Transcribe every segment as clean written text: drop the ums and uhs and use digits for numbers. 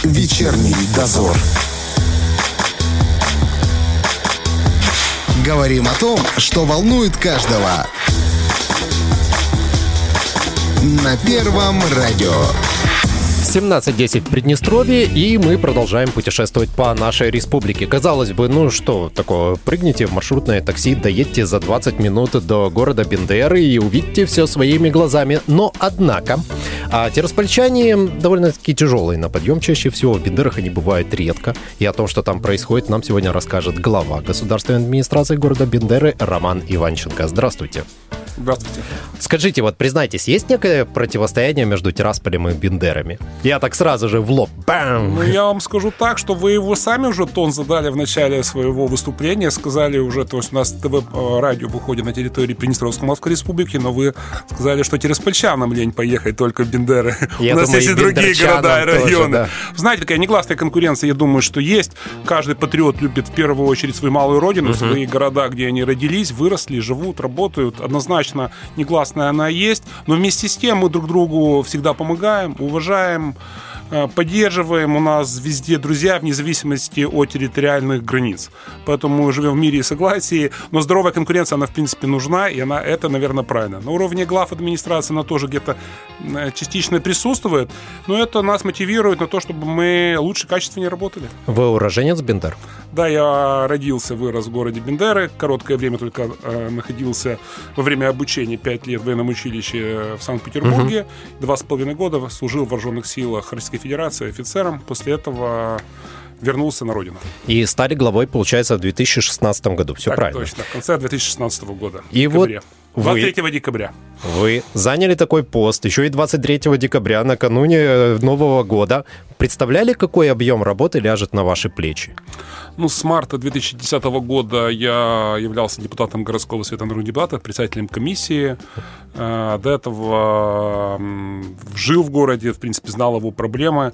Вечерний дозор. Говорим о том, что волнует каждого. На Первом радио. 17:10 в Приднестровье, и мы продолжаем путешествовать по нашей республике. Казалось бы, ну что такого, прыгните в маршрутное такси, доедьте за 20 минут до города Бендеры и увидите все своими глазами. Но, однако, тираспольчане довольно-таки тяжелые на подъем. Чаще всего в Бендерах они бывают редко. И о том, что там происходит, нам сегодня расскажет глава государственной администрации города Бендеры Роман Иванченко. Здравствуйте. Здравствуйте. Скажите, вот признайтесь, есть некое противостояние между Тирасполем и Бендерами? Я так сразу же в лоб. Бам! Ну, я вам скажу так, что вы его сами уже тон задали в начале своего выступления. Сказали уже, то есть у нас ТВ-радио выходит на территории Приднестровско-Молдавской республики, но вы сказали, что тираспольчанам лень поехать только в Бендеры. У нас есть и другие города и районы. Тоже, да. Знаете, такая негласная конкуренция, я думаю, что есть. Каждый патриот любит в первую очередь свою малую родину, свои города, где они родились, выросли, живут, работают. Однозначно негласная она есть, но вместе с тем мы друг другу всегда помогаем, уважаем, поддерживаем. У нас везде друзья, вне зависимости от территориальных границ. Поэтому мы живем в мире и согласии. Но здоровая конкуренция, она в принципе нужна, и это, наверное, правильно. На уровне глав администрации она тоже где-то частично присутствует, но это нас мотивирует на то, чтобы мы лучше, качественнее работали. Вы уроженец Бендер? Да, я родился, вырос в городе Бендеры. Короткое время только находился во время обучения, 5 лет в военном училище в Санкт-Петербурге. 2,5 года служил в вооруженных силах Российской Федерации офицером. После этого вернулся на родину. И стали главой, получается, в 2016 году. Все так, правильно? Точно, в конце 2016 года. И вот 23 декабря. Вы заняли такой пост, еще и 23 декабря, накануне Нового года. Представляли, какой объем работы ляжет на ваши плечи? Ну, с марта 2010 года я являлся депутатом городского совета народных депутатов, председателем комиссии. До этого жил в городе, в принципе, знал его проблемы,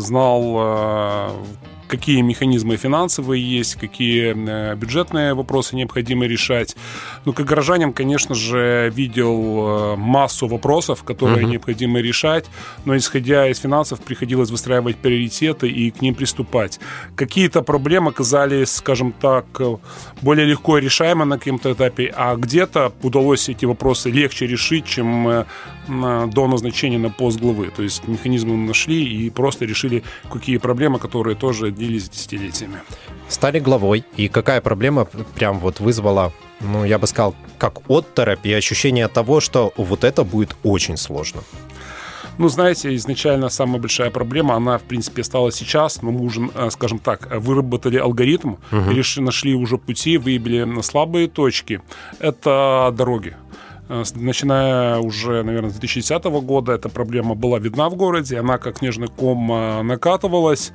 знал, какие механизмы финансовые есть, какие бюджетные вопросы необходимо решать. Ну, как горожанин, конечно же, видел массу вопросов, которые необходимо решать, но, исходя из финансов, приходилось выстраивать приоритеты и к ним приступать. Какие-то проблемы оказались, скажем так, более легко решаемы на каком-то этапе, а где-то удалось эти вопросы легче решить, чем до назначения на пост главы. То есть механизмы мы нашли и просто решили какие проблемы, которые тоже длились десятилетиями. Стали главой, и какая проблема прям вот вызвала, ну, я бы сказал, как отторопь и ощущение того, что вот это будет очень сложно? Ну, знаете, изначально самая большая проблема, она, в принципе, стала сейчас, но мы уже, скажем так, выработали алгоритм, нашли уже пути, выявили слабые точки. Это дороги. Начиная уже, наверное, с 2010 года эта проблема была видна в городе, она как снежный ком накатывалась,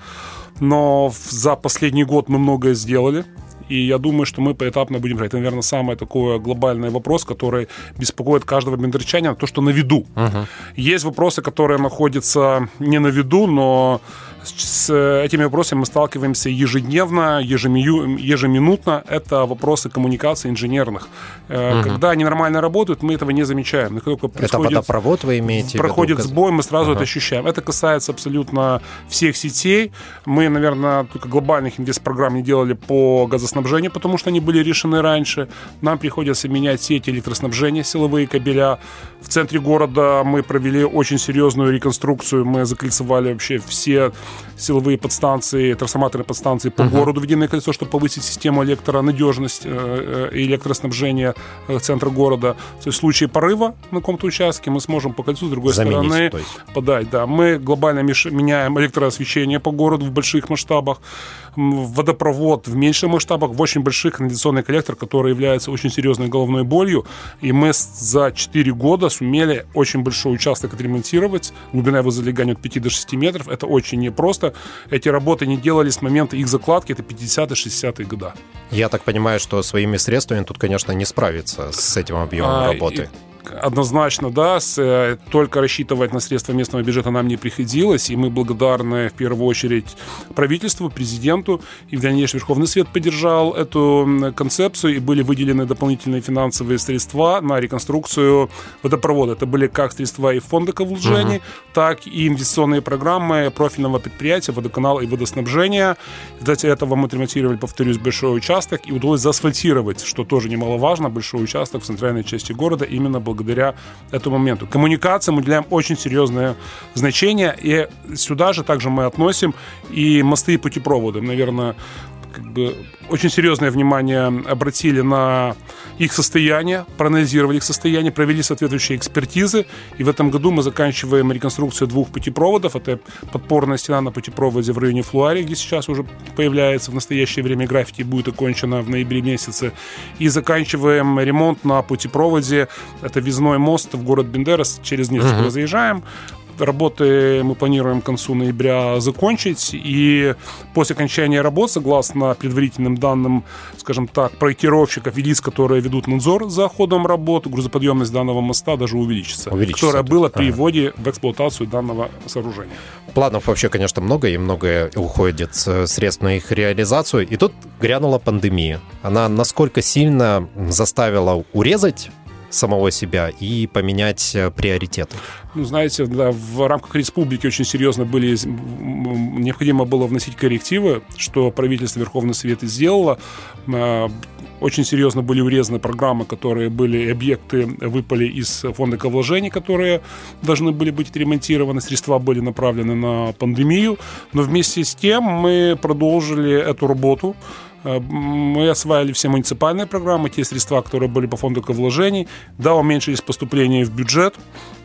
но за последний год мы многое сделали. И я думаю, что мы поэтапно будем решать. Это, наверное, самый такой глобальный вопрос, который беспокоит каждого бендерчанина, то, что на виду. Есть вопросы, которые находятся не на виду, но с этими вопросами мы сталкиваемся ежедневно, ежеминутно. Это вопросы коммуникации инженерных. Когда они нормально работают, мы этого не замечаем. Это водопровод вы имеете в виду? Проходит сбой, мы сразу это ощущаем. Это касается абсолютно всех сетей. Мы, наверное, только глобальных инвестпрограмм не делали по газоснабжению, потому что они были решены раньше. Нам приходится менять сети электроснабжения, силовые кабеля. В центре города мы провели очень серьезную реконструкцию. Мы закольцевали вообще все силовые подстанции, трансформаторные подстанции по городу в единое кольцо, чтобы повысить систему электронадежность и электроснабжения центра города. То есть в случае порыва на каком-то участке мы сможем по кольцу с другой стороны подать. Да. Мы глобально меняем электроосвещение по городу в больших масштабах, водопровод в меньших масштабах, в очень больших канализационный коллектор, который является очень серьезной головной болью. И мы за 4 года сумели очень большой участок отремонтировать. Глубина его залегания от 5 до 6 метров. Это очень непросто. Эти работы не делались с момента их закладки, это 50-е, 60-е годы. Я так понимаю, что своими средствами тут, конечно, не справиться с этим объемом работы. однозначно, да, только рассчитывать на средства местного бюджета нам не приходилось, и мы благодарны в первую очередь правительству, президенту, и в дальнейшем Верховный Совет поддержал эту концепцию, и были выделены дополнительные финансовые средства на реконструкцию водопровода. Это были как средства и фонда ковложений, так и инвестиционные программы профильного предприятия «Водоканал» и «Водоснабжение». Для этого мы отремонтировали, повторюсь, большой участок, и удалось заасфальтировать, что тоже немаловажно, большой участок в центральной части города именно благодаря этому моменту. Коммуникациям мы уделяем очень серьезное значение, и сюда же также мы относим и мосты и путепроводы. Наверное, очень серьезное внимание обратили на их состояние, проанализировали их состояние, провели соответствующие экспертизы. И в этом году мы заканчиваем реконструкцию 2 путепроводов. Это подпорная стена на путепроводе в районе Флуари, где сейчас уже появляется в настоящее время граффити, будет окончена в ноябре месяце. И заканчиваем ремонт на путепроводе. Это въездной мост в город Бендерас. Через несколько заезжаем. Работы мы планируем к концу ноября закончить, и после окончания работ, согласно предварительным данным, скажем так, проектировщиков и лиц, которые ведут надзор за ходом работ, грузоподъемность данного моста даже увеличится которая была при вводе в эксплуатацию данного сооружения. Планов вообще, конечно, много, и многое уходит средств на их реализацию. И тут грянула пандемия. Она насколько сильно заставила урезать самого себя и поменять приоритеты? Знаете, да, в рамках республики очень серьезно необходимо было вносить коррективы, что правительство, Верховный Совет и сделало. Очень серьезно были урезаны программы, которые были, объекты выпали из фонда ковложений, которые должны были быть отремонтированы. Средства были направлены на пандемию. Но вместе с тем мы продолжили эту работу. Мы осваивали все муниципальные программы, те средства, которые были по фонду ковложений. Да, уменьшились поступления в бюджет,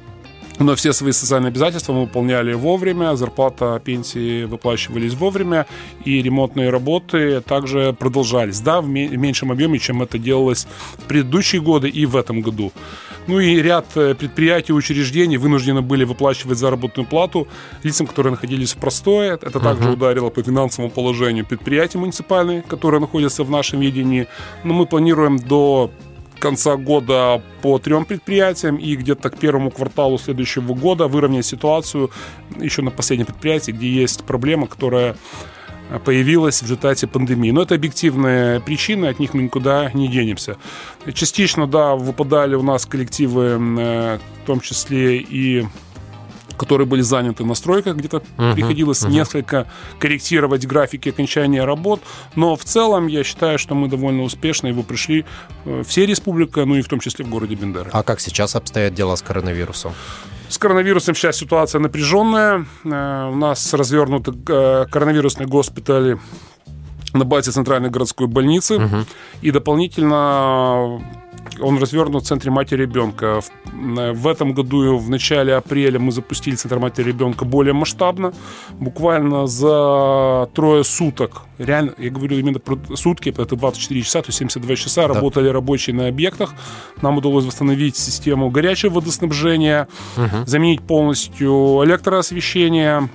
но все свои социальные обязательства мы выполняли вовремя, зарплата, пенсии выплачивались вовремя, и ремонтные работы также продолжались, да, в меньшем объеме, чем это делалось в предыдущие годы и в этом году. Ну и ряд предприятий и учреждений вынуждены были выплачивать заработную плату лицам, которые находились в простое. Это также ударило по финансовому положению предприятий муниципальных, которые находятся в нашем ведении. Но мы планируем до конца года по 3 предприятиям и где-то к первому кварталу следующего года выровнять ситуацию еще на последнем предприятии, где есть проблема, которая появилась в результате пандемии. Но это объективные причины, от них мы никуда не денемся. Частично, да, выпадали у нас коллективы, в том числе и которые были заняты на стройках, где-то приходилось несколько корректировать графики окончания работ, но в целом я считаю, что мы довольно успешно его пришли все республика, ну и в том числе в городе Бендера. А как сейчас обстоят дела с коронавирусом? С коронавирусом сейчас ситуация напряженная. У нас развернуты коронавирусные госпитали на базе Центральной городской больницы. И дополнительно он развернут в Центре матери и ребенка. В этом году, в начале апреля, мы запустили Центр матери и ребенка более масштабно. Буквально за 3 суток, реально, я говорю именно про сутки, это 24 часа, то есть 72 часа, работали рабочие на объектах. Нам удалось восстановить систему горячего водоснабжения, заменить полностью электроосвещение,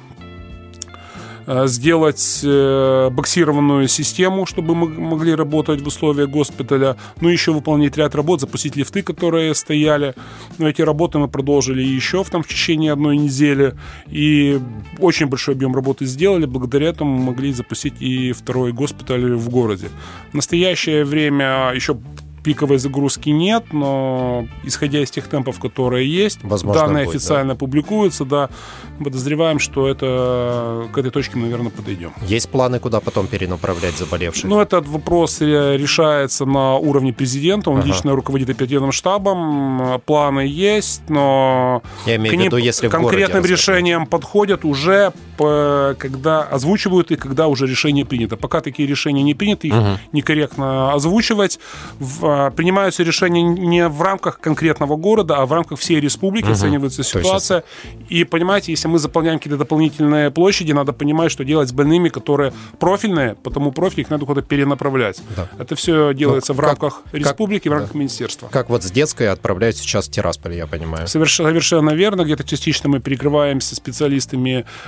сделать боксированную систему, чтобы мы могли работать в условиях госпиталя, ну и еще выполнить ряд работ, запустить лифты, которые стояли. Но эти работы мы продолжили еще в течение 1 недели, и очень большой объем работы сделали. Благодаря этому мы могли запустить и 2 госпиталь в городе. В настоящее время еще пиковой загрузки нет, но исходя из тех темпов, которые есть, возможно, данные будет, официально публикуются, да, подозреваем, что это к этой точке мы, наверное, подойдем. Есть планы, куда потом перенаправлять заболевших? Ну, этот вопрос решается на уровне президента, он лично руководит оперативным штабом, планы есть, но я имею в виду, если конкретным решением подходят уже, когда озвучивают и когда уже решение принято. Пока такие решения не приняты, их некорректно озвучивать. Принимаются решения не в рамках конкретного города, а в рамках всей республики, оценивается ситуация. И, понимаете, если мы заполняем какие-то дополнительные площади, надо понимать, что делать с больными, которые профильные, потому профиль их надо куда-то перенаправлять. Да. Это все делается в рамках республики, в рамках министерства. Как вот с детской отправляют сейчас в Тирасполь, я понимаю. Совершенно верно. Где-то частично мы перекрываемся специалистами городской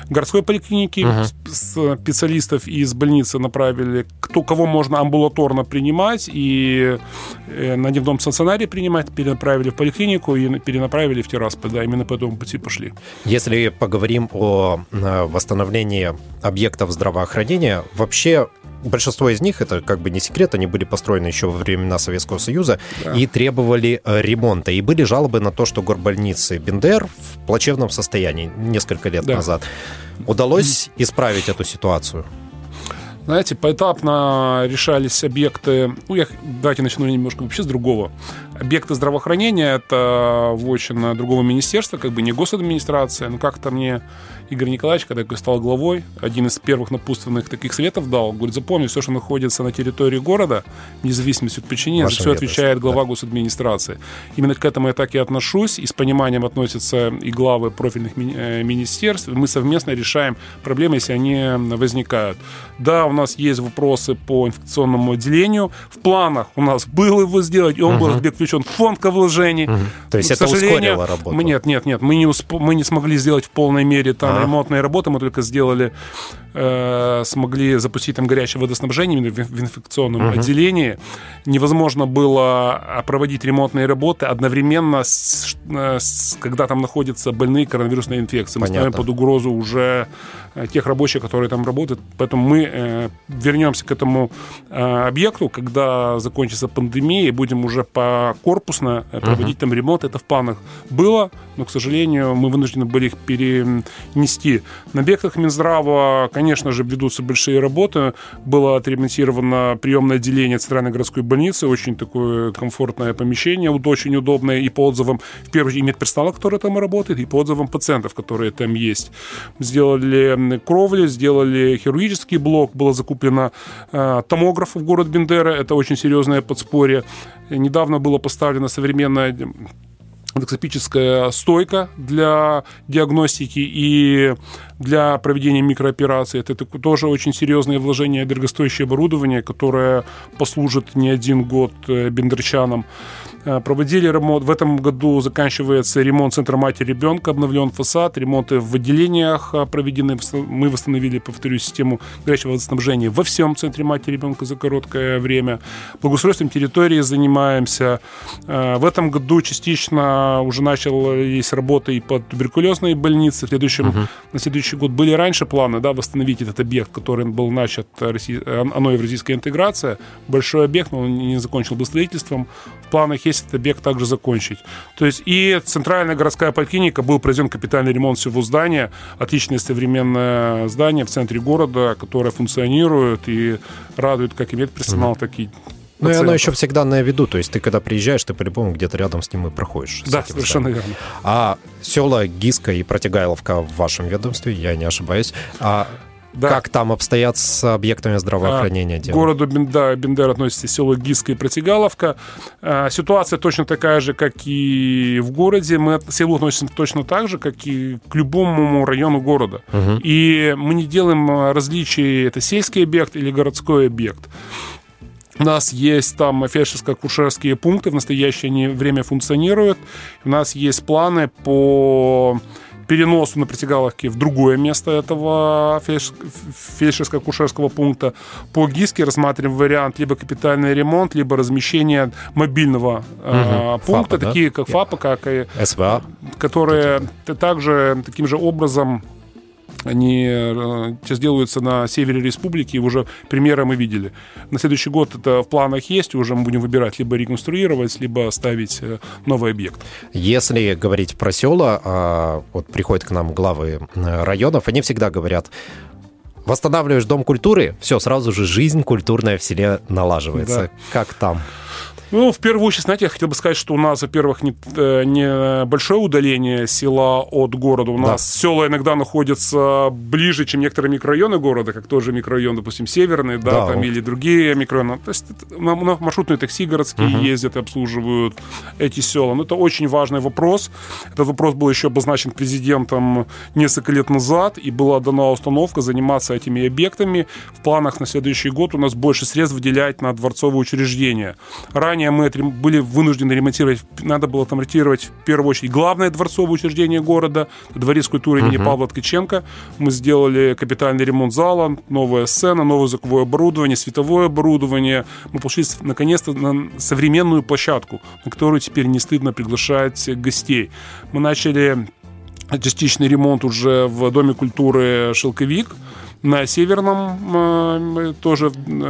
поликлиники, специалистов из больницы направили, кого можно амбулаторно принимать и на дневном стационаре принимать, перенаправили в поликлинику и перенаправили в Тирасполь. Да, именно по этому пути пошли. Если поговорим о восстановлении объектов здравоохранения, вообще большинство из них, это как бы не секрет, они были построены еще во времена Советского Союза и требовали ремонта. И были жалобы на то, что горбольницы Бендер в плачевном состоянии несколько лет назад. Удалось исправить эту ситуацию? Знаете, поэтапно решались объекты... давайте начну немножко вообще с другого. Объекты здравоохранения — это вотчина другого министерства, как бы не госадминистрация. Но как-то мне Игорь Николаевич, когда я стал главой, один из первых напутственных таких советов дал. Говорит, запомни, все, что находится на территории города, вне зависимости от подчинения, за все отвечает глава госадминистрации. Именно к этому я так и отношусь, и с пониманием относятся и главы профильных министерств. Мы совместно решаем проблемы, если они возникают. Да, у нас есть вопросы по инфекционному отделению. В планах у нас было его сделать, и он был включен в фонд ко вложению. То есть это ускорило работу? Нет. Мы не смогли сделать в полной мере там ремонтные работы, мы только смогли запустить там горячее водоснабжение именно в инфекционном отделении. Невозможно было проводить ремонтные работы одновременно, когда там находятся больные коронавирусной инфекцией. Мы ставим под угрозу уже тех рабочих, которые там работают. Поэтому мы вернемся к этому объекту, когда закончится пандемия, и будем уже покорпусно проводить там ремонт. Это в планах было, но, к сожалению, мы вынуждены были их перенести. На объектах Минздрава, конечно же, ведутся большие работы. Было отремонтировано приемное отделение Центральной городской больницы, очень такое комфортное помещение, очень удобное, и по отзывам, в первую очередь, медперсонала, который там работает, и по отзывам пациентов, которые там есть. Сделали кровлю, сделали хирургический блок, было закуплено томограф в город Бендера, это очень серьезное подспорье. Недавно была поставлена современная эндоскопическая стойка для диагностики и для проведения микроопераций. Это тоже очень серьезное вложение, дорогостоящее оборудование, которое послужит не один год бендерчанам. Проводили ремонт. В этом году заканчивается ремонт центра матери-ребенка, обновлен фасад, ремонты в отделениях проведены. Мы восстановили, повторюсь, систему горячего водоснабжения во всем центре матери-ребенка за короткое время. Благоустройством территории занимаемся. В этом году частично уже начались работы и по туберкулезной больнице. На следующий год были раньше планы восстановить этот объект, который был начат АНО Евразийская интеграция. Большой объект, но он не закончил бы строительством. В планах есть этот объект также закончить. То есть и Центральная городская поликлиника, был произведен капитальный ремонт всего здания. Отличное современное здание в центре города, которое функционирует и радует как и медперсонал, так и Ну и оно еще всегда на виду, то есть ты когда приезжаешь, ты по-любому где-то рядом с ним и проходишь. Да, совершенно верно. А села Гиска и Протягайловка в вашем ведомстве, я не ошибаюсь. Да. Как там обстоят с объектами здравоохранения? К городу Бендер относится село Гиска и Протягаловка. Ситуация точно такая же, как и в городе. Мы к селу относимся точно так же, как и к любому району города. И мы не делаем различий, это сельский объект или городской объект. У нас есть там фельдшерско-акушерские пункты, в настоящее время функционируют. У нас есть планы по переносу на Протягаловке в другое место этого фельдшерско-акушерского пункта. По Гиске рассматриваем вариант либо капитальный ремонт, либо размещение мобильного пункта, ФАПа, такие как ФАПа, как и СВА, которые также таким же образом они сейчас делаются на севере республики, и уже примеры мы видели. На следующий год это в планах есть, уже мы будем выбирать либо реконструировать, либо ставить новый объект. Если говорить про села, вот приходят к нам главы районов, они всегда говорят: восстанавливаешь дом культуры, все, сразу же жизнь культурная в селе налаживается. Да. Как там? Ну, в первую очередь, знаете, я хотел бы сказать, что у нас, во-первых, не большое удаление села от города. У нас села иногда находятся ближе, чем некоторые микрорайоны города, как тоже микрорайон, допустим, Северный, там, или другие микрорайоны. То есть маршрутные такси городские ездят и обслуживают эти села. Но это очень важный вопрос. Этот вопрос был еще обозначен президентом несколько лет назад, и была дана установка заниматься этими объектами. В планах на следующий год у нас больше средств выделять на дворцовые учреждения. Ранее здание мы были вынуждены ремонтировать. Надо было там ремонтировать в первую очередь главное дворцовое учреждение города, Дворец культуры имени Павла Ткаченко. Мы сделали капитальный ремонт зала, новая сцена, новое звуковое оборудование, световое оборудование. Мы пошли наконец-то на современную площадку, на которую теперь не стыдно приглашать гостей. Мы начали частичный ремонт уже в Доме культуры «Шелковик». На Северном тоже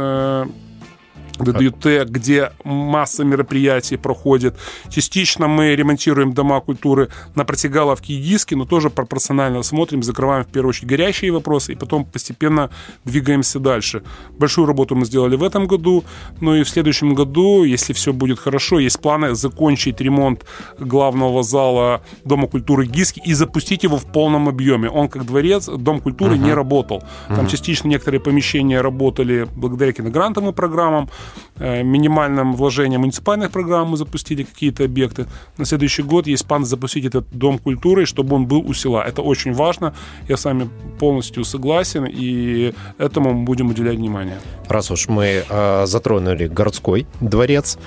ДДЮТ, где масса мероприятий проходит. Частично мы ремонтируем дома культуры на Протягаловке и Диске, но тоже пропорционально смотрим, закрываем в первую очередь горячие вопросы и потом постепенно двигаемся дальше. Большую работу мы сделали в этом году, но и в следующем году, если все будет хорошо, есть планы закончить ремонт главного зала Дома культуры Гиски и запустить его в полном объеме. Он как дворец, Дом культуры не работал. Там частично некоторые помещения работали благодаря киногрантовым программам, минимальным вложением муниципальных программ мы запустили какие-то объекты. На следующий год есть план запустить этот Дом культуры, чтобы он был у села. Это очень важно. Я с вами полностью согласен, и этому мы будем уделять внимание. Раз уж мы затронули городской дворец,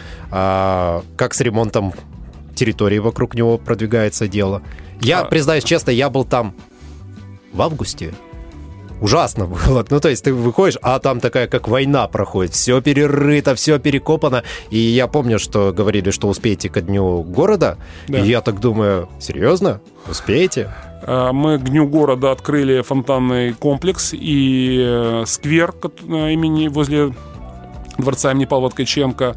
как с ремонтом территории вокруг него продвигается дело? Я, признаюсь честно, я был там в августе. Ужасно было. Ну, то есть ты выходишь, а там такая, как война проходит. Все перерыто, все перекопано. И я помню, что говорили, что успеете ко дню города. Да. И я так думаю, серьезно? Успеете? Мы к дню города открыли фонтанный комплекс и сквер имени возле дворца имени Павла Ткаченко.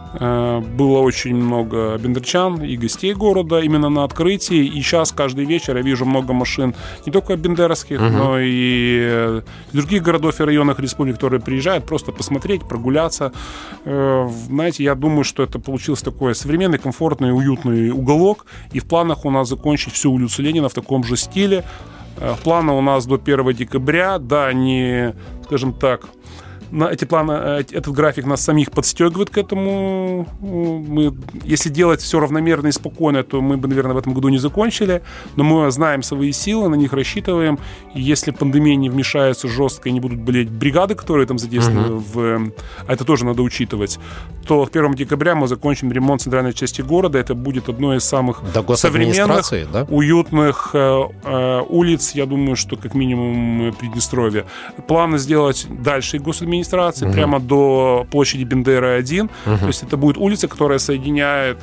Было очень много бендерчан и гостей города именно на открытии. И сейчас каждый вечер я вижу много машин не только бендеровских, но и других городов и районах республики, которые приезжают просто посмотреть, прогуляться. Знаете, я думаю, что это получился такой современный, комфортный, уютный уголок. И в планах у нас закончить всю улицу Ленина в таком же стиле. В планах у нас до 1 декабря, да, не, скажем так, эти планы, этот график нас самих подстегивает к этому. Мы, если делать все равномерно и спокойно, то мы бы, наверное, в этом году не закончили. Но мы знаем свои силы, на них рассчитываем. И если пандемия не вмешается жестко и не будут болеть бригады, которые там задействованы, а это тоже надо учитывать, то к 1 декабря мы закончим ремонт центральной части города. Это будет одно из самых современных, да? Уютных улиц, я думаю, что как минимум Приднестровья. Планы сделать дальше и госадминистрации, прямо до площади Бендеры 1. То есть это будет улица, которая соединяет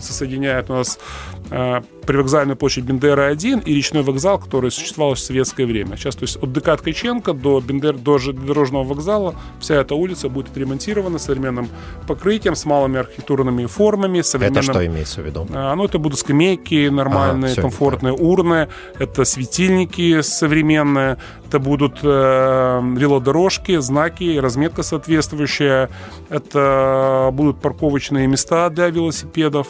у нас привокзальную площадь Бендеры 1 и речной вокзал, который существовал в советское время. Сейчас, то есть от ДК Ткаченко до железнодорожного вокзала вся эта улица будет отремонтирована с современным покрытием, с малыми архитектурными формами. Это что имеется в виду? Это будут скамейки нормальные, комфортные, урны, это светильники современные, это будут велодорожки, знаки, разметка соответствующая, это будут парковочные места для велосипедов.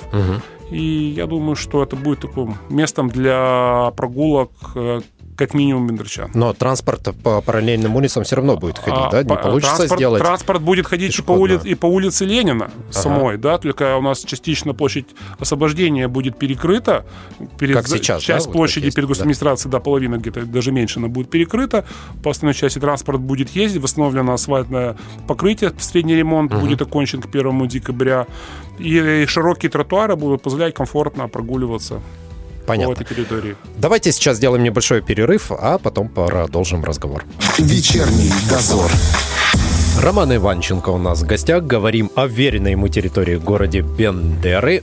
И я думаю, что это будет таким местом для прогулок как минимум бендерчан. Но транспорт по параллельным улицам все равно будет ходить, да? Не получится сделать. Транспорт будет ходить и по улице Ленина самой, да, только у нас частично площадь Освобождения будет перекрыта. Как сейчас, часть да? площади вот перед госадминистрацией, да, половина где-то, даже меньше, она будет перекрыта. По остальной части транспорт будет ездить, восстановлено асфальтное покрытие, средний ремонт будет окончен к 1 декабря. И широкие тротуары будут позволять комфортно прогуливаться. Понятно. По этой территории. Давайте сейчас сделаем небольшой перерыв, а потом продолжим разговор. Вечерний дозор. Роман Иванченко у нас в гостях. Говорим о веренной ему территории в городе Бендеры.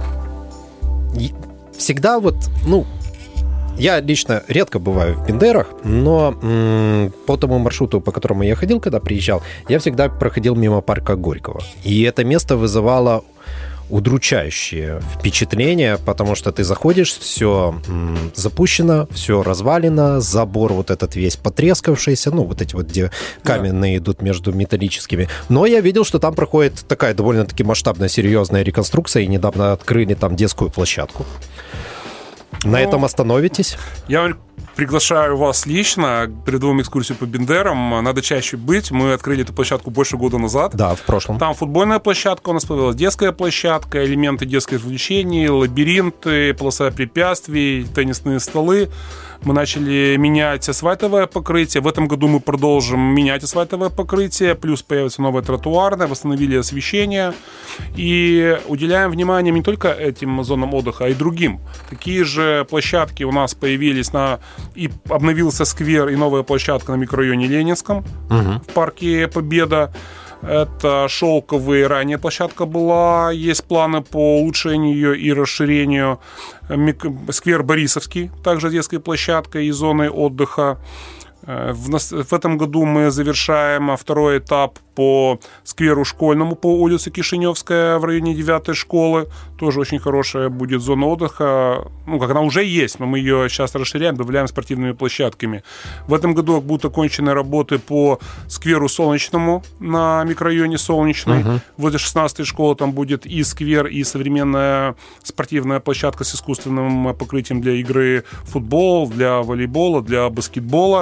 Всегда я лично редко бываю в Бендерах, но по тому маршруту, по которому я ходил, когда приезжал, я всегда проходил мимо парка Горького. И это место вызывало удручающее впечатление, потому что ты заходишь, все запущено, все развалено, забор вот этот весь потрескавшийся, вот эти вот, где каменные идут между металлическими. Но я видел, что там проходит такая довольно-таки масштабная, серьезная реконструкция, и недавно открыли там детскую площадку. На этом остановитесь? Я приглашаю вас лично, передаю вам экскурсию по Бендерам. Надо чаще быть. Мы открыли эту площадку больше года назад. Да, в прошлом. Там футбольная площадка у нас появилась, детская площадка, элементы детских развлечений, лабиринты, полоса препятствий, теннисные столы. Мы начали менять асфальтовое покрытие. В этом году мы продолжим менять асфальтовое покрытие. Плюс появится новое тротуарное. Восстановили освещение. И уделяем внимание не только этим зонам отдыха, а и другим. Такие же площадки у нас появились и обновился сквер и новая площадка на микрорайоне Ленинском в парке Победа. Это шелковая, ранее площадка была. Есть планы по улучшению ее и расширению. Сквер Борисовский, также детская площадка и зоны отдыха. В этом году мы завершаем второй этап по скверу школьному по улице Кишиневская в районе 9-й школы. Тоже очень хорошая будет зона отдыха. Как она уже есть, но мы ее сейчас расширяем, добавляем спортивными площадками. В этом году будут окончены работы по скверу Солнечному на микрорайоне Солнечный. Возле 16-й школы там будет и сквер, и современная спортивная площадка с искусственным покрытием для игры в футбол, для волейбола, для баскетбола.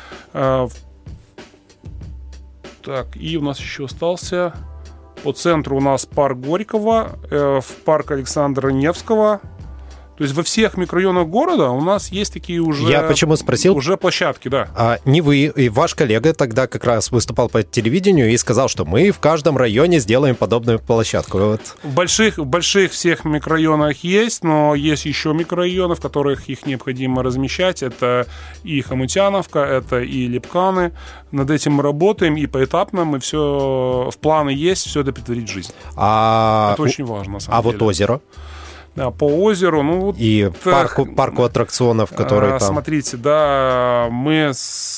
Так, и у нас еще остался по центру у нас парк Горького, в парк Александра Невского. То есть во всех микрорайонах города у нас есть такие уже... Я почему спросил? Уже площадки, да. Не вы, и ваш коллега тогда как раз выступал по телевидению и сказал, что мы в каждом районе сделаем подобную площадку. Вот. В больших всех микрорайонах есть, но есть еще микрорайоны, в которых их необходимо размещать. Это и Хомутяновка, это и Лепканы. Над этим мы работаем, и поэтапно мы все... В планы есть, все это притворить в жизнь. Это очень важно, на самом деле. Вот озеро? Да, по озеру, и парку аттракционов, который там. Смотрите, да, мы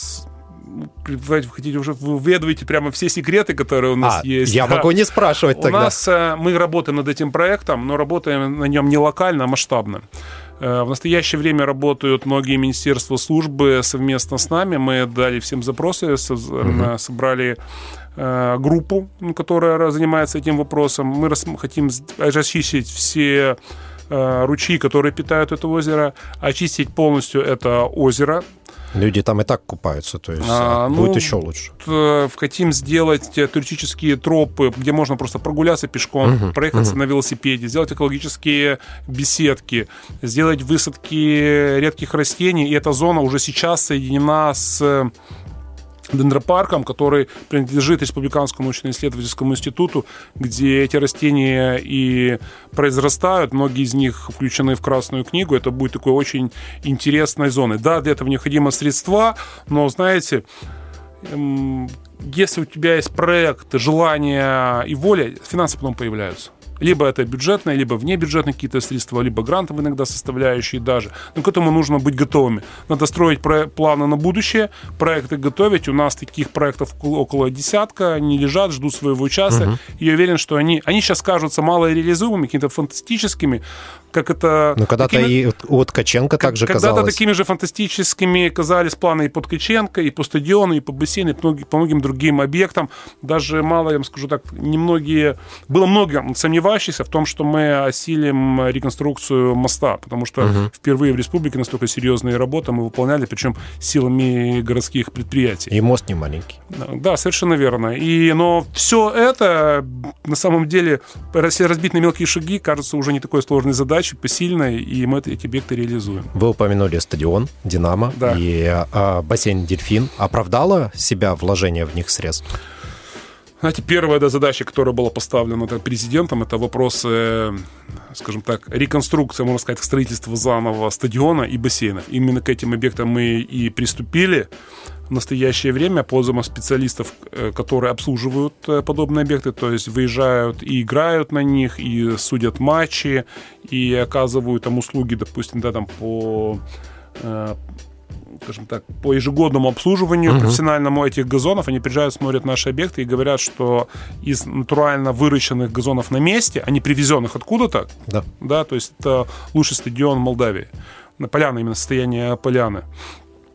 вы хотите уже выведываете прямо все секреты, которые у нас есть. Я могу не спрашивать тогда. Мы работаем над этим проектом, но работаем на нем не локально, а масштабно. В настоящее время работают многие министерства, службы совместно с нами. Мы дали всем запросы, собрали группу, которая занимается этим вопросом. Мы хотим очистить все ручьи, которые питают это озеро, очистить полностью это озеро. Люди там и так купаются, то есть будет еще лучше. Хотим сделать туристические тропы, где можно просто прогуляться пешком, проехаться на велосипеде, сделать экологические беседки, сделать высадки редких растений. И эта зона уже сейчас соединена с дендропарком, который принадлежит Республиканскому научно-исследовательскому институту, где эти растения и произрастают. Многие из них включены в Красную книгу. Это будет такой очень интересной зоной. Да, для этого необходимы средства, но, знаете, если у тебя есть проект, желание и воля, финансы потом появляются. Либо это бюджетные, либо внебюджетные какие-то средства, либо грантовые иногда составляющие даже. Но к этому нужно быть готовыми. Надо строить планы на будущее, проекты готовить. У нас таких проектов около десятка, они лежат, ждут своего часа. И я уверен, что они сейчас кажутся малореализуемыми, какими-то фантастическими, как это... Ну, когда-то и у Ткаченко также казалось. Когда-то такими же фантастическими казались планы и по Ткаченко, и по стадиону, и по бассейну, и по многим другим объектам. Даже мало, я вам скажу так, было много сомневающихся в том, что мы осилим реконструкцию моста, потому что впервые в республике настолько серьезные работы мы выполняли, причем силами городских предприятий. И мост не маленький. Да, совершенно верно. Но все это, на самом деле, если разбить на мелкие шаги, кажется уже не такой сложной задачей, посильной, и мы эти объекты реализуем. Вы упомянули стадион «Динамо», да, и бассейн «Дельфин». Оправдало себя вложение в них средств? Знаете, первая задача, которая была поставлена президентом, это вопросы, скажем так, реконструкции, можно сказать, строительства заново стадиона и бассейнов. Именно к этим объектам мы и приступили. В настоящее время пользуем специалистов, которые обслуживают подобные объекты, то есть выезжают и играют на них, и судят матчи, и оказывают там услуги, допустим, да, там по, скажем так, по ежегодному обслуживанию профессиональному этих газонов. Они приезжают, смотрят наши объекты и говорят, что из натурально выращенных газонов на месте, а не привезенных откуда-то, да, то есть это лучший стадион в Молдавии. На Поляны, именно состояние Поляны.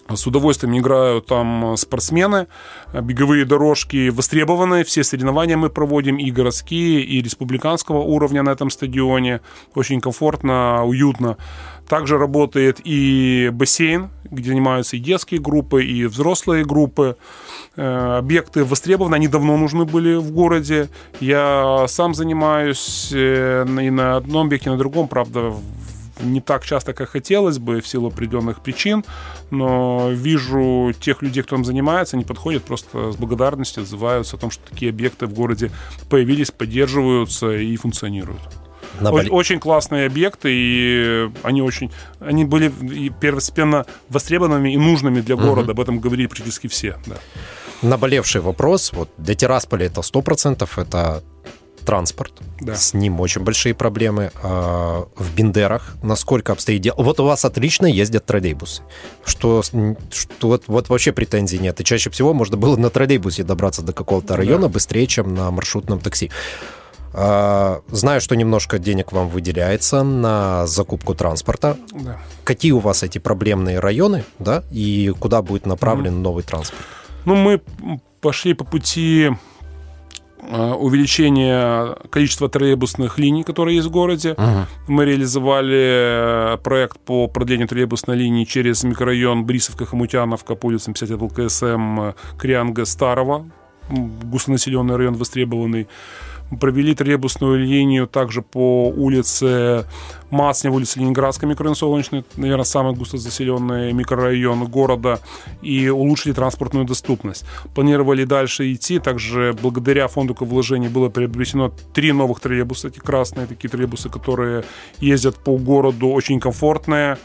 С удовольствием играют там спортсмены, беговые дорожки востребованы, все соревнования мы проводим, и городские, и республиканского уровня на этом стадионе. Очень комфортно, уютно. Также работает и бассейн, где занимаются и детские группы, и взрослые группы. Объекты востребованы, они давно нужны были в городе. Я сам занимаюсь и на одном объекте, и на другом, правда, не так часто, как хотелось бы, в силу определенных причин, но вижу тех людей, кто там занимается, они подходят просто с благодарностью, отзываются о том, что такие объекты в городе появились, поддерживаются и функционируют. Очень классные объекты, и они были первостепенно востребованными и нужными для города, об этом говорили практически все. Да. Наболевший вопрос, вот для Тирасполя это 100%, это транспорт, да. С ним очень большие проблемы. В Бендерах насколько обстоит дело? Вот у вас отлично ездят троллейбусы. Что вот вообще претензий нет. И чаще всего можно было на троллейбусе добраться до какого-то района быстрее, чем на маршрутном такси. Знаю, что немножко денег вам выделяется на закупку транспорта. Да. Какие у вас эти проблемные районы, да, и куда будет направлен новый транспорт? Ну, мы пошли по пути увеличения количества троллейбусных линий, которые есть в городе. Мы реализовали проект по продлению троллейбусной линии через микрорайон Брисовка-Хомутяновка по улицам 50 ЛКСМ, Крианга, Старого, густонаселенный район востребованный. Провели троллейбусную линию также по улице Мацнева, улице Ленинградской, микрорайон Солнечный, наверное, самый густозаселенный микрорайон города, и улучшили транспортную доступность. Планировали дальше идти, также благодаря фонду вложений было приобретено 3 новых троллейбуса, эти красные такие троллейбусы, которые ездят по городу, очень комфортные,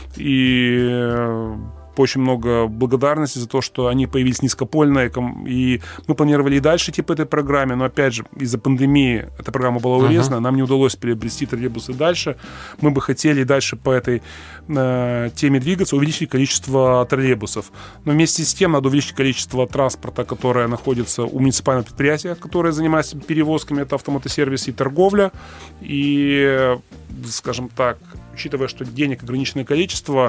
и очень много благодарности за то, что они появились низкопольные, и мы планировали и дальше идти по этой программе, но опять же из-за пандемии эта программа была урезана, нам не удалось приобрести троллейбусы дальше. Мы бы хотели дальше по этой теме двигаться, увеличить количество троллейбусов. Но вместе с тем надо увеличить количество транспорта, которое находится у муниципального предприятия, которое занимается перевозками, это автомотосервис и торговля. И, скажем так, учитывая, что денег ограниченное количество,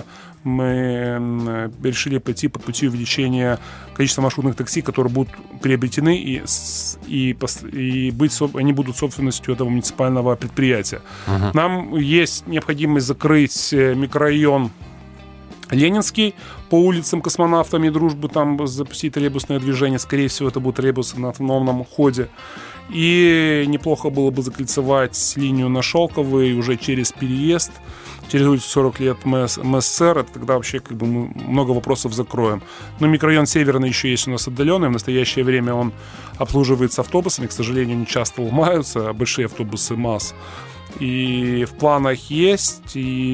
мы решили пойти по пути увеличения количества маршрутных такси, которые будут приобретены и они будут собственностью этого муниципального предприятия. Нам есть необходимость закрыть микрорайон Ленинский по улицам Космонавтами и Дружбы, там запустить троллейбусное движение. Скорее всего, это будут троллейбусы на автономном ходе. И неплохо было бы закольцевать линию на Шелковый уже через переезд, через улицу 40 лет МССР. Это тогда вообще мы много вопросов закроем. Но микрорайон Северный еще есть у нас отдаленный. В настоящее время он обслуживается автобусами. К сожалению, они часто ломаются, большие автобусы МАЗ. И в планах есть,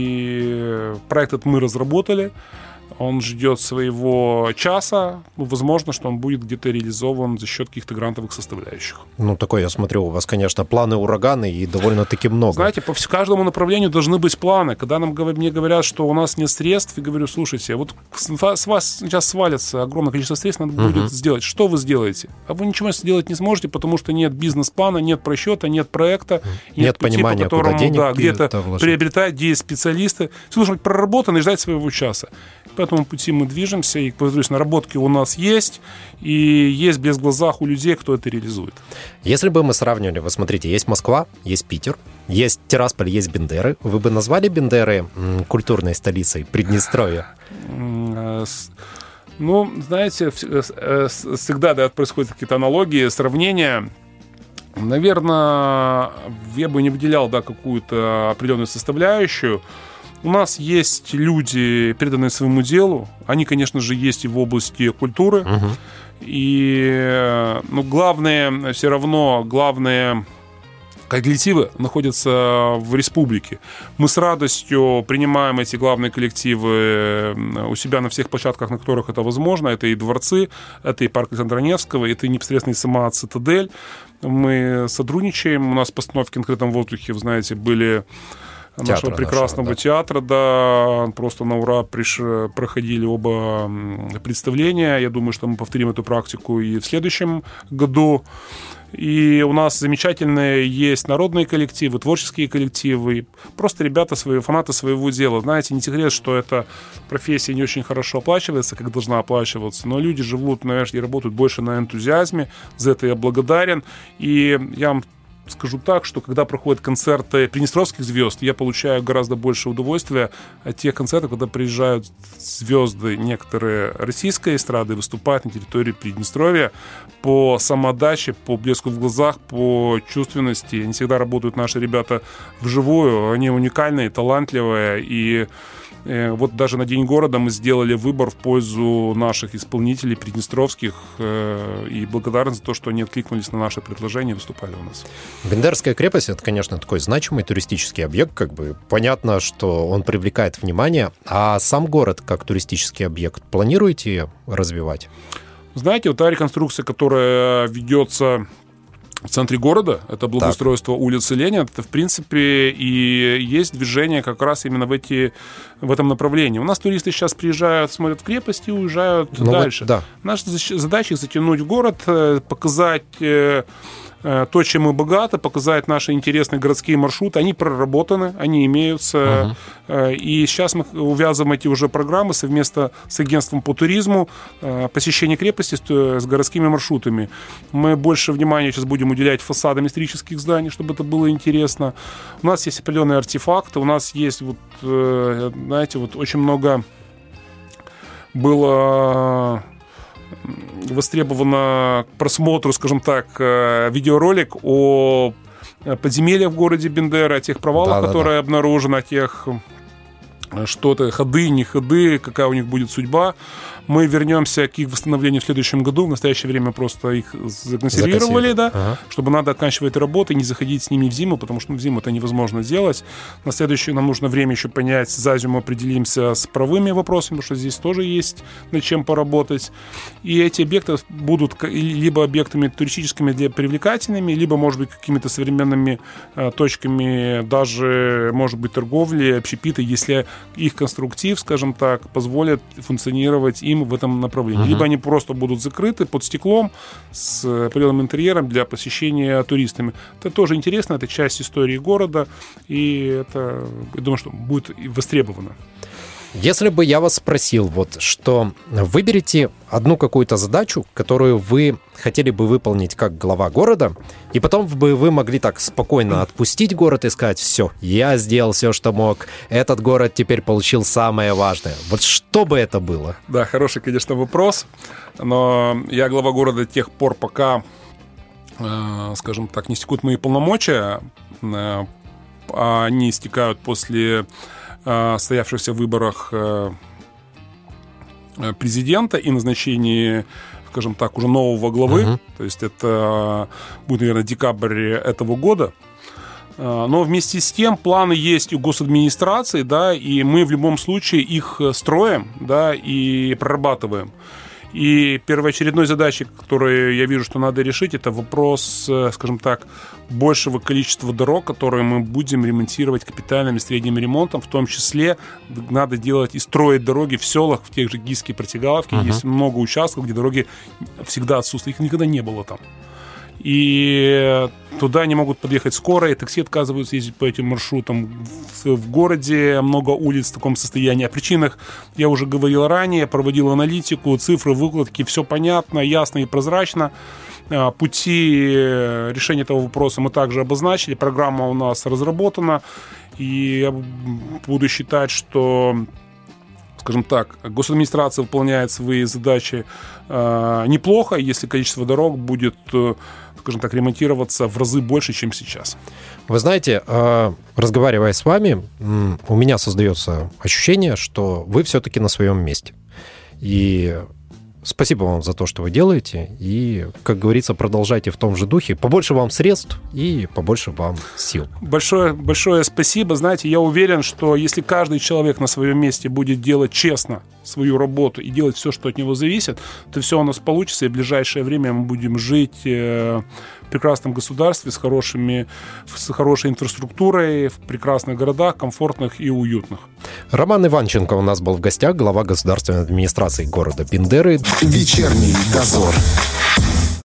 и проект этот мы разработали. Он ждет своего часа. Возможно, что он будет где-то реализован за счет каких-то грантовых составляющих. Ну, такой, я смотрю, у вас, конечно, планы ураганы и довольно-таки много. Знаете, по каждому направлению должны быть планы. Когда мне говорят, что у нас нет средств, я говорю, слушайте, вот с вас сейчас свалится огромное количество средств, надо будет сделать. Что вы сделаете? А вы ничего сделать не сможете, потому что нет бизнес-плана, нет просчета, нет проекта, нет пути, понимания, по которому, куда денег где-то приобретать, где есть специалисты. Все должно быть проработано и ждать своего часа. По этому пути мы движемся, и, повторюсь, наработки у нас есть, и есть блеск в глазах у людей, кто это реализует. Если бы мы сравнивали, вот смотрите, есть Москва, есть Питер, есть Тирасполь, есть Бендеры. Вы бы назвали Бендеры культурной столицей Приднестровья? Ну, знаете, всегда происходят какие-то аналогии, сравнения. Наверное, я бы не выделял какую-то определенную составляющую. У нас есть люди, преданные своему делу. Они, конечно же, есть и в области культуры. И главные коллективы находятся в республике. Мы с радостью принимаем эти главные коллективы у себя на всех площадках, на которых это возможно. Это и дворцы, это и парк Александра Невского, это и непосредственно сама Цитадель. Мы сотрудничаем. У нас постановки в открытом воздухе, вы знаете, были нашего прекрасного театра, да, просто на ура проходили оба представления. Я думаю, что мы повторим эту практику и в следующем году. И у нас замечательные есть народные коллективы, творческие коллективы, просто ребята, фанаты своего дела. Знаете, не секрет, что эта профессия не очень хорошо оплачивается, как должна оплачиваться, но люди живут, наверное, и работают больше на энтузиазме, за это я благодарен. И я вам скажу так, что когда проходят концерты приднестровских звезд, я получаю гораздо больше удовольствия от тех концертов, когда приезжают звезды некоторые российской эстрады и выступают на территории Приднестровья по самоотдаче, по блеску в глазах, по чувственности. Не всегда работают наши ребята вживую, они уникальные, талантливые, и вот даже на День города мы сделали выбор в пользу наших исполнителей приднестровских и благодарны за то, что они откликнулись на наше предложение и выступали у нас. Бендерская крепость — это, конечно, такой значимый туристический объект, как бы понятно, что он привлекает внимание. А сам город как туристический объект планируете развивать? Знаете, вот та реконструкция, которая ведется в центре города, это благоустройство улицы Ленина, это, в принципе, и есть движение как раз именно в этом направлении. У нас туристы сейчас приезжают, смотрят в крепость и уезжают дальше. Да. Наша задача — затянуть в город, показать то, чем мы богаты, показать наши интересные городские маршруты. Они проработаны, они имеются. И сейчас мы увязываем эти уже программы совместно с агентством по туризму, посещение крепости с городскими маршрутами. Мы больше внимания сейчас будем уделять фасадам исторических зданий, чтобы это было интересно. У нас есть определенные артефакты, у нас есть, вот, знаете, вот очень много было востребовано к просмотру, скажем так, видеоролик о подземельях в городе Бендера, о тех провалах, которые обнаружены, о тех что-то, ходы, не ходы, какая у них будет судьба. Мы вернемся к их восстановлению в следующем году. В настоящее время просто их законсервировали, чтобы надо оканчивать работы, не заходить с ними в зиму, потому что в зиму это невозможно делать. На следующее нам нужно время еще понять, за зиму определимся с правовыми вопросами, потому что здесь тоже есть над чем поработать. И эти объекты будут либо объектами туристическими для привлекательными, либо, может быть, какими-то современными точками, даже, может быть, торговли, общепита, если их конструктив, скажем так, позволит функционировать им в этом направлении. Либо они просто будут закрыты под стеклом с определенным интерьером для посещения туристами. Это тоже интересно, это часть истории города, и это, я думаю, что будет востребовано. Если бы я вас спросил, вот, что выберите одну какую-то задачу, которую вы хотели бы выполнить как глава города, и потом бы вы могли так спокойно отпустить город и сказать: все, я сделал все, что мог, этот город теперь получил самое важное. Вот что бы это было? Да, хороший, конечно, вопрос, но я глава города до тех пор, пока, скажем так, не истекут мои полномочия, а они истекают после состоявшихся выборах президента и назначении, скажем так, уже нового главы. То есть это будет, наверное, декабрь этого года. Но вместе с тем планы есть у госадминистрации, да, и мы в любом случае их строим, да, и прорабатываем. И первоочередной задачей, которую я вижу, что надо решить, это вопрос, скажем так, большего количества дорог, которые мы будем ремонтировать капитальным и средним ремонтом. В том числе надо делать и строить дороги в селах, в тех же Гийске, Протигаловке. Есть много участков, где дороги всегда отсутствуют. Их никогда не было там. И туда не могут подъехать скорые, такси отказываются ездить по этим маршрутам. В городе много улиц в таком состоянии. О причинах я уже говорил ранее, проводил аналитику, цифры, выкладки, все понятно, ясно и прозрачно. Пути решения этого вопроса мы также обозначили, программа у нас разработана, и я буду считать, что, скажем так, госадминистрация выполняет свои задачи неплохо, если количество дорог будет, скажем так, ремонтироваться в разы больше, чем сейчас. Вы знаете, разговаривая с вами, у меня создается ощущение, что вы все-таки на своем месте. И Спасибо вам за то, что вы делаете. И, как говорится, продолжайте в том же духе. Побольше вам средств и побольше вам сил. Большое спасибо. Знаете, я уверен, что если каждый человек на своем месте будет делать честно свою работу и делать все, что от него зависит, то все у нас получится, и в ближайшее время мы будем жить в прекрасном государстве с хорошей инфраструктурой, в прекрасных городах, комфортных и уютных. Роман Иванченко у нас был в гостях, глава государственной администрации города Бендеры. Вечерний дозор.